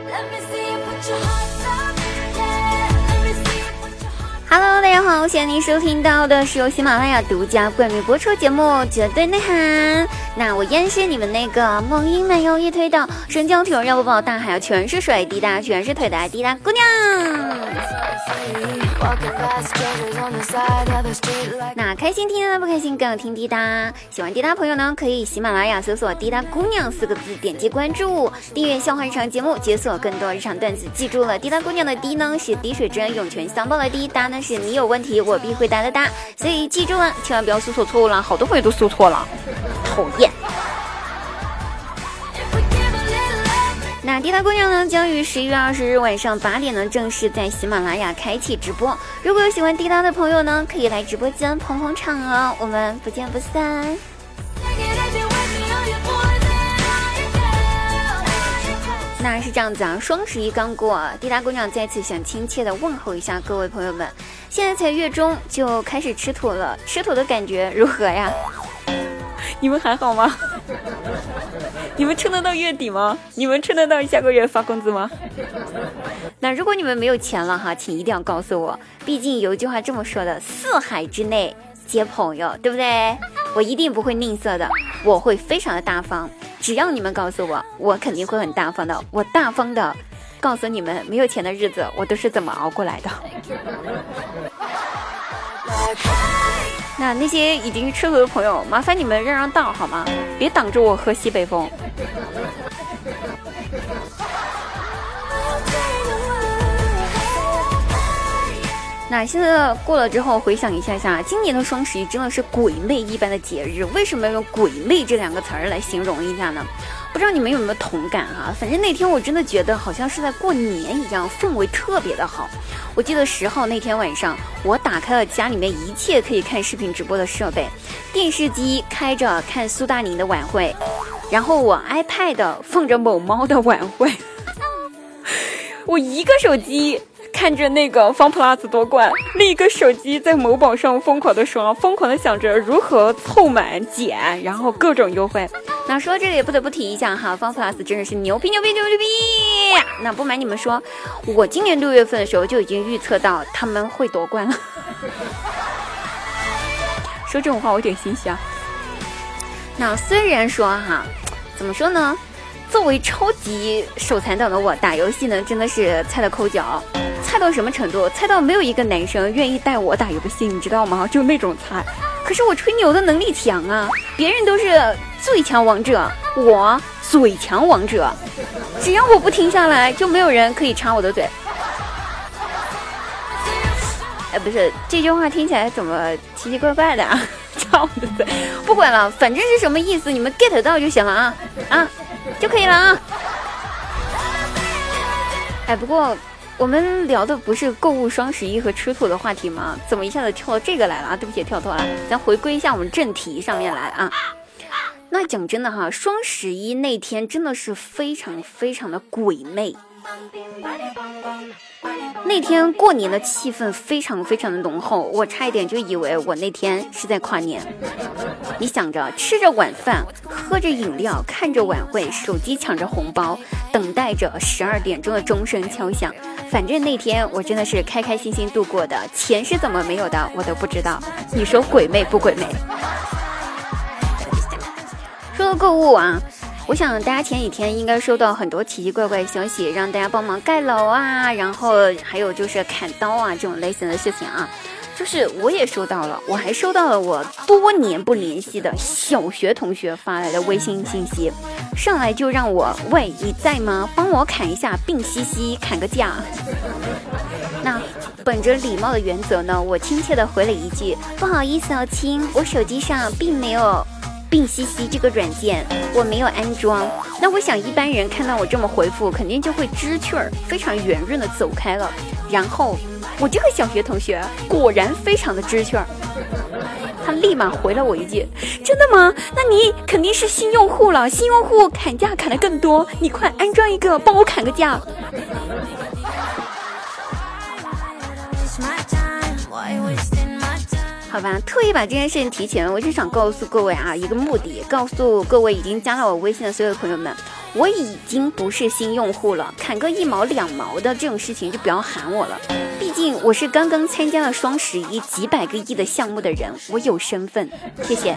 Hello， 大家好，现在您收听到的是由喜马拉雅独家冠名播出节目《绝对内涵》。那我依然是你们那个梦音没有一推的神交体热不爆大海全是水滴答全是腿的滴答姑娘。那开心听呢，不开心更听滴答。喜欢滴答朋友呢，可以喜马拉雅搜索滴答姑娘4个字，点击关注，订阅笑话日常节目，解锁更多日常段子。记住了，滴答姑娘的滴呢是滴水之恩涌泉相报的滴，答呢是你有问题我必回答的答，所以记住了，千万不要搜索错误了，好多朋友都搜错了，讨厌。那滴答姑娘呢，将于11月20日晚上8点呢，正式在喜马拉雅开启直播。如果有喜欢滴答的朋友呢，可以来直播间捧捧场哦，我们不见不散。那是这样子啊，双11刚过，滴答姑娘再次想亲切的问候一下各位朋友们，现在才月中就开始吃土了，吃土的感觉如何呀？你们还好吗？你们撑得到月底吗？你们撑得到下个月发工资吗？那如果你们没有钱了哈，请一定要告诉我，毕竟有一句话这么说的，四海之内皆朋友，对不对？我一定不会吝啬的，我会非常的大方，只要你们告诉我，我肯定会很大方的，我大方的告诉你们，没有钱的日子我都是怎么熬过来的。那些已经吃土的朋友，麻烦你们让道好吗？别挡着我喝西北风。那现在过了之后，回想一下，今年的双11真的是鬼魅一般的节日。为什么要用鬼魅这2个词儿来形容一下呢？不知道你们有没有同感哈？反正那天我真的觉得好像是在过年一样，氛围特别的好。我记得10号那天晚上，我打开了家里面一切可以看视频直播的设备，电视机开着看苏大宁的晚会，然后我 iPad 放着某猫的晚会，我一个手机看着那个方 plus 夺冠，另一个手机在某宝上疯狂的刷，疯狂的想着如何凑满减，然后各种优惠。那说这个也不得不提一下哈，方 plus 真的是牛逼牛逼牛逼牛逼！那不瞒你们说，我今年6月份的时候就已经预测到他们会夺冠了。说这种话我有点心虚啊。那虽然说哈，怎么说呢？作为超级手残党的我，打游戏呢真的是菜到抠脚，菜到什么程度？菜到没有一个男生愿意带我打游戏，你知道吗？就那种菜。可是我吹牛的能力强啊，别人都是最强王者，我嘴强王者，只要我不停下来，就没有人可以插我的嘴。不是，这句话听起来怎么奇奇怪怪的啊？插我的嘴，不管了，反正是什么意思，你们 get 到就行了啊就可以了啊。不过我们聊的不是购物双11和吃土的话题吗？怎么一下子跳到这个来了啊？对不起，跳脱了，咱回归一下我们正题上面来啊。那讲真的哈，双11那天真的是非常非常的鬼魅。那天过年的气氛非常非常的浓厚，我差一点就以为我那天是在跨年。你想着吃着晚饭，喝着饮料，看着晚会，手机抢着红包，等待着12点钟的钟声敲响。反正那天我真的是开开心心度过的，钱是怎么没有的我都不知道。你说鬼魅不鬼魅？说到购物啊，我想大家前几天应该收到很多奇奇怪怪的消息，让大家帮忙盖楼啊，然后还有就是砍刀啊这种类型的事情啊。就是我也收到了，我还收到了我多年不联系的小学同学发来的微信信息，上来就让我喂你在吗？帮我砍一下病兮兮，砍个价。那本着礼貌的原则呢，我亲切的回了一句不好意思哦亲，我手机上并没有病兮兮这个软件，我没有安装。那我想一般人看到我这么回复，肯定就会知趣儿，非常圆润的走开了。然后我这个小学同学果然非常的知趣儿，他立马回了我一句真的吗？那你肯定是新用户了，新用户砍价砍得更多，你快安装一个帮我砍个价。好吧，特意把这件事情提前，我就想告诉各位啊一个目的，告诉各位已经加了我微信的所有的朋友们， 我已经不是新用户了，砍个1毛2毛的这种事情就不要喊我了。毕竟我是刚刚参加了双11几百个亿的项目的人，我有身份。谢谢。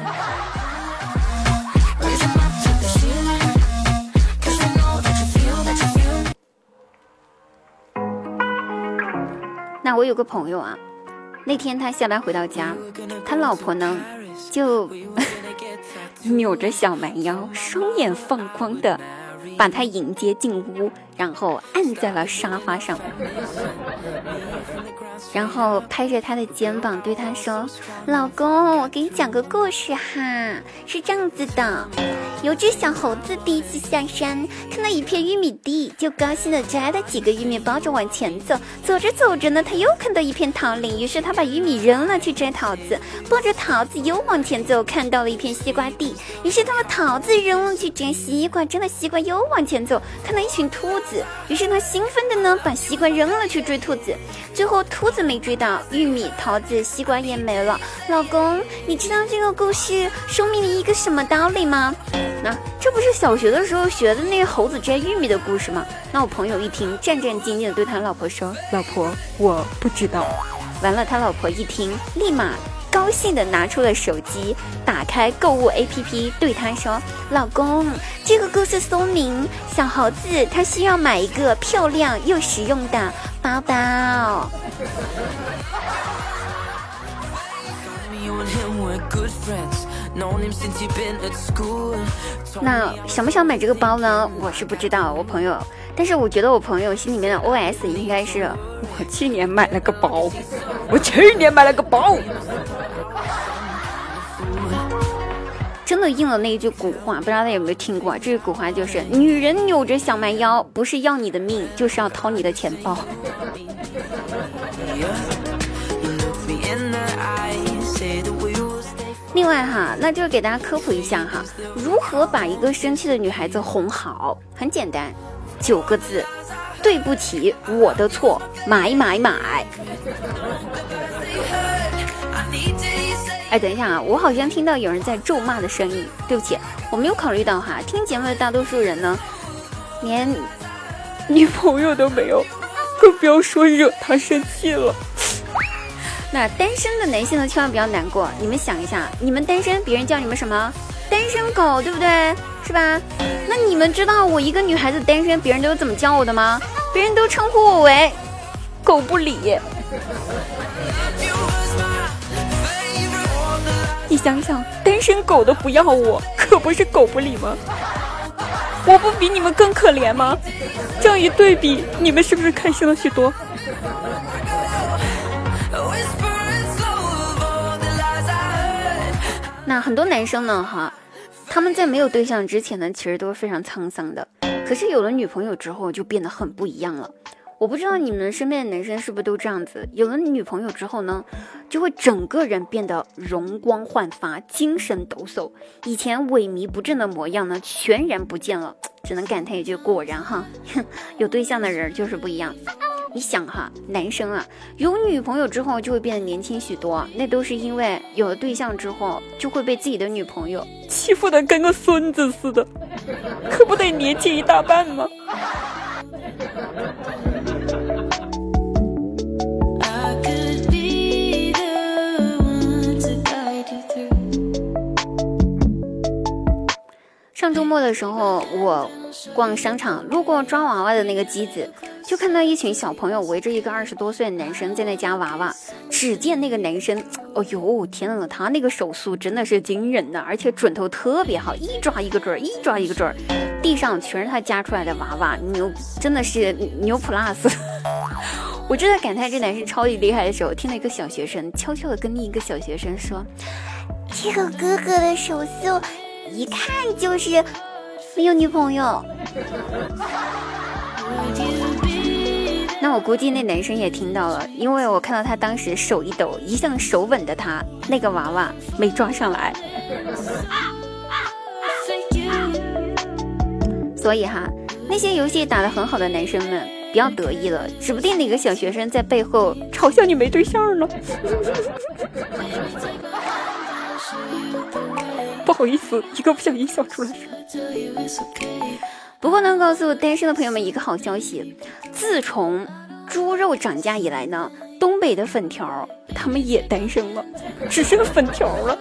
那我有个朋友啊，那天他下班回到家，他老婆呢就扭着小蛮腰，双眼放光的把他迎接进屋，然后按在了沙发上，然后拍着他的肩膀对他说，老公，我给你讲个故事哈，是这样子的，有只小猴子第一次下山，看到一片玉米地，就高兴的摘了几个玉米包着往前走，走着走着呢，他又看到一片桃林，于是他把玉米扔了去摘桃子，抱着桃子又往前走，看到了一片西瓜地，于是他把桃子扔了去摘西瓜，摘了西瓜又往前走，看到一群兔子，于是他兴奋的呢把西瓜扔了去追兔子，最后兔子没追到，玉米、桃子、西瓜也没了。老公，你知道这个故事说明了一个什么道理吗？那这不是小学的时候学的那个猴子摘玉米的故事吗？那我朋友一听，战战兢兢的对他老婆说，老婆，我不知道。完了，他老婆一听，立马高兴的拿出了手机，打开购物 APP 对他说，老公，这个故事说明小猴子他需要买一个漂亮又实用的包包。那想不想买这个包呢？我是不知道，我朋友，但是我觉得我朋友心里面的 OS 应该是，我去年买了个包，我去年买了个包。真的应了那一句古话，不知道大家有没有听过？这句古话就是：女人扭着小蛮腰，不是要你的命，就是要掏你的钱包。另外哈，那就给大家科普一下哈，如何把一个生气的女孩子哄好？很简单，9个字：对不起，我的错，买。哎，等一下啊，我好像听到有人在咒骂的声音，对不起，我没有考虑到哈，听节目的大多数人呢，连女朋友都没有，更不要说惹他生气了。那单身的男性呢，千万不要难过。你们想一下，你们单身，别人叫你们什么？单身狗，对不对？是吧？那你们知道我一个女孩子单身，别人都怎么叫我的吗？别人都称呼我为狗不理。你想想，单身狗都不要我，可不是狗不理吗？我不比你们更可怜吗？这样一对比，你们是不是开心了许多？那很多男生呢哈，他们在没有对象之前呢，其实都是非常沧桑的，可是有了女朋友之后就变得很不一样了。我不知道你们身边的男生是不是都这样子，有了女朋友之后呢，就会整个人变得容光焕发，精神抖擞，以前萎靡不振的模样呢全然不见了。只能感叹一句，果然哈，有对象的人就是不一样。你想哈，男生啊，有女朋友之后就会变得年轻许多，那都是因为有了对象之后就会被自己的女朋友欺负得跟个孙子似的，可不得年轻一大半吗？上周末的时候，我逛商场，路过抓娃娃的那个机子，就看到一群小朋友围着一个20多岁的男生在那夹娃娃。只见那个男生，哦呦天哪，他那个手速真的是惊人的，而且准头特别好，一抓一个准儿，一抓一个准儿。地上全是他夹出来的娃娃，牛，真的是牛 plus。我正在感叹这男生超级厉害的时候，听到一个小学生悄悄地跟另一个小学生说：“这个哥哥的手速一看就是没有女朋友。”那我估计那男生也听到了，因为我看到他当时手一抖，一向手稳的他，那个娃娃没抓上来。所以哈，那些游戏打得很好的男生们不要得意了，指不定哪个小学生在背后嘲笑你没对象呢。不好意思，一个不小心笑出来。 不过呢，告诉单身的朋友们一个好消息，自从猪肉涨价以来呢，东北的粉条他们也单身了，只剩粉条了。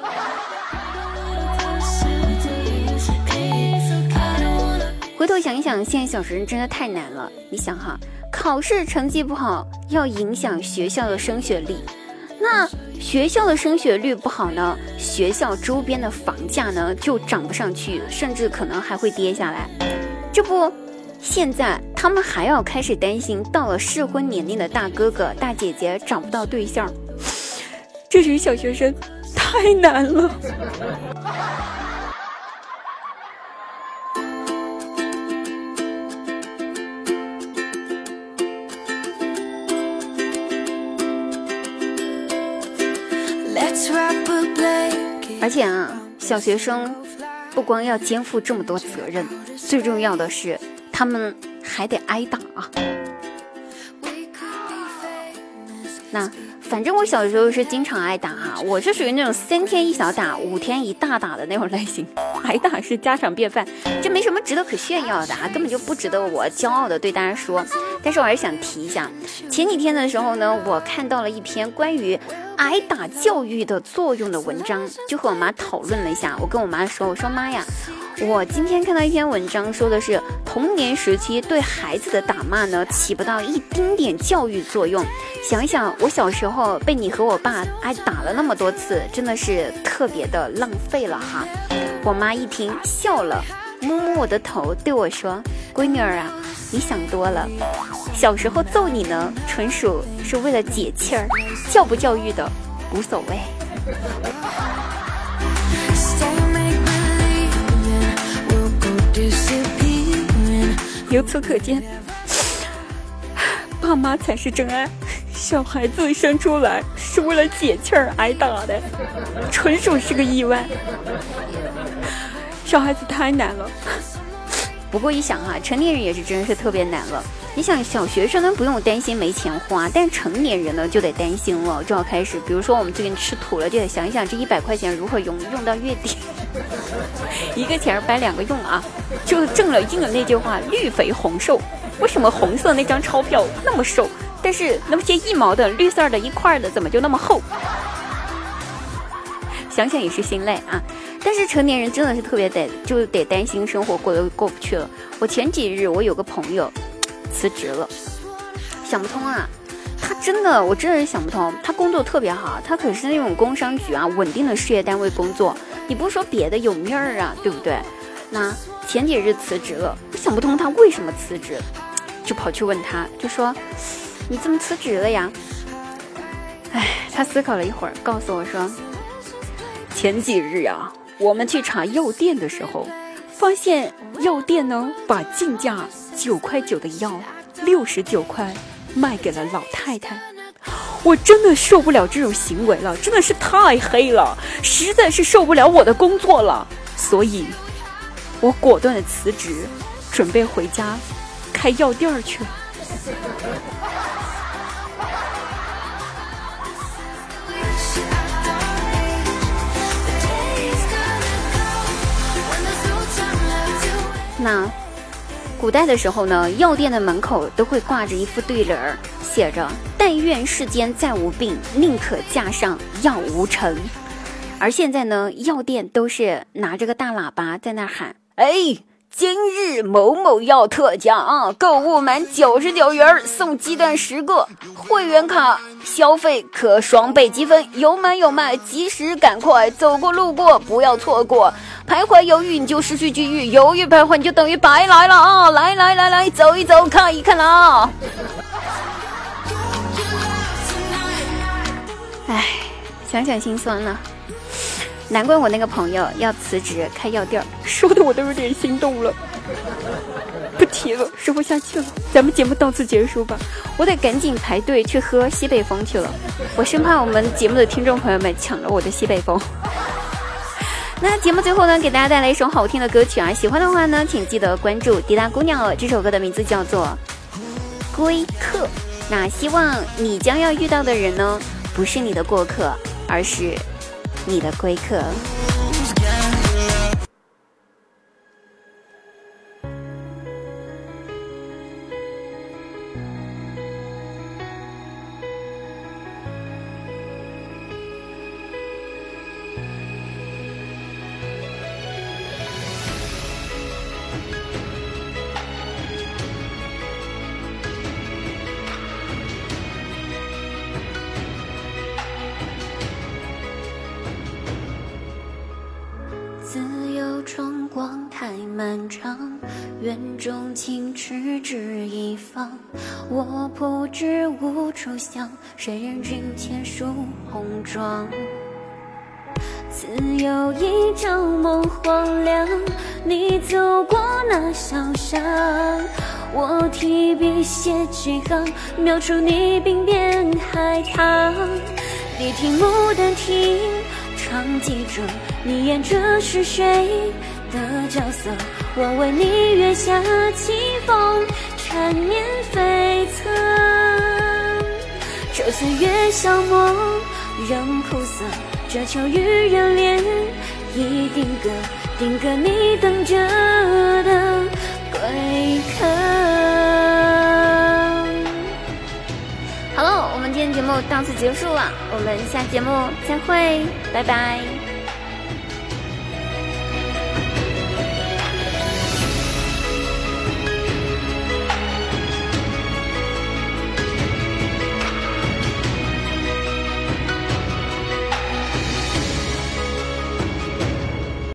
回头想一想，现在小学生真的太难了。你想哈，考试成绩不好要影响学校的升学率，那学校的升学率不好呢，学校周边的房价呢就涨不上去，甚至可能还会跌下来。这不，现在他们还要开始担心到了适婚年龄的大哥哥大姐姐找不到对象，这群小学生太难了。而且啊，小学生不光要肩负这么多责任，最重要的是他们还得挨打啊。那反正我小时候是经常挨打啊，我是属于那种3天一小打5天一大打的那种类型，挨打是家常便饭，这没什么值得可炫耀的啊，根本就不值得我骄傲的对大家说。但是我还是想提一下，前几天的时候呢，我看到了一篇关于挨打教育的作用的文章，就和我妈讨论了一下。我跟我妈说，我说妈呀，我今天看到一篇文章，说的是童年时期对孩子的打骂呢起不到一丁点教育作用。想想我小时候被你和我爸挨打了那么多次，真的是特别的浪费了哈。我妈一听笑了，摸摸我的头对我说，闺女儿啊，你想多了，小时候揍你呢纯属是为了解气儿，教不教育的无所谓。由此可见，爸妈才是真爱，小孩子生出来是为了解气儿挨打的，纯属是个意外。小孩子太难了。不过一想啊，成年人也是真是特别难了。你想，小学生呢不用担心没钱花，但成年人呢就得担心了，就要开始，比如说我们最近吃土了，就得想一想这100块钱如何用到月底，一个钱摆2个用啊，就应了那句话，绿肥红瘦。为什么红色那张钞票那么瘦，但是那些1毛的绿色的1块的怎么就那么厚？想想也是心累啊。但是成年人真的是特别得担心生活过不去了。我前几日我有个朋友辞职了，想不通啊，我真的是想不通。他工作特别好，他可是那种工商局啊稳定的事业单位工作，你不说别的有面儿啊，对不对？那前几日辞职了，我想不通他为什么辞职，就跑去问他，就说你怎么辞职了呀？他思考了一会儿，告诉我说，前几日啊，我们去查药店的时候，发现药店呢把进价9.9块的药69块卖给了老太太。我真的受不了这种行为了，真的是太黑了，实在是受不了我的工作了，所以我果断的辞职，准备回家开药店去了。那古代的时候呢，药店的门口都会挂着一副对联儿，写着但愿世间再无病，宁可架上药无尘。而现在呢，药店都是拿着个大喇叭在那喊，今日某某药特价啊，购物满99元送鸡蛋10个，会员卡消费可双倍积分，有买有卖，及时赶快，走过路过不要错过，徘徊犹豫你就失去机遇，犹豫徘徊你就等于白来了啊！来，走一走，看一看了啊！想想心酸了。难怪我那个朋友要辞职开药店，说的我都有点心动了。不提了，说不下去了，咱们节目到此结束吧。我得赶紧排队去喝西北风去了，我生怕我们节目的听众朋友们抢了我的西北风。那节目最后呢，给大家带来一首好听的歌曲啊，喜欢的话呢，请记得关注迪达姑娘了。这首歌的名字叫做《归客》。那希望你将要遇到的人呢，不是你的过客，而是你的归客。 漫长，园中青池只一方，我不知无处乡，谁人君前梳红妆。自有一朝梦荒凉，你走过那小巷，我提笔写几行，描出你鬓边海棠。你听牡丹亭，常记着你演着是谁的角色，我为你月下清风，缠绵悱恻。这岁月消磨仍苦涩，这秋与人恋已定格你等着的归客。好了，我们今天节目到此结束了，我们下节目再会，拜拜。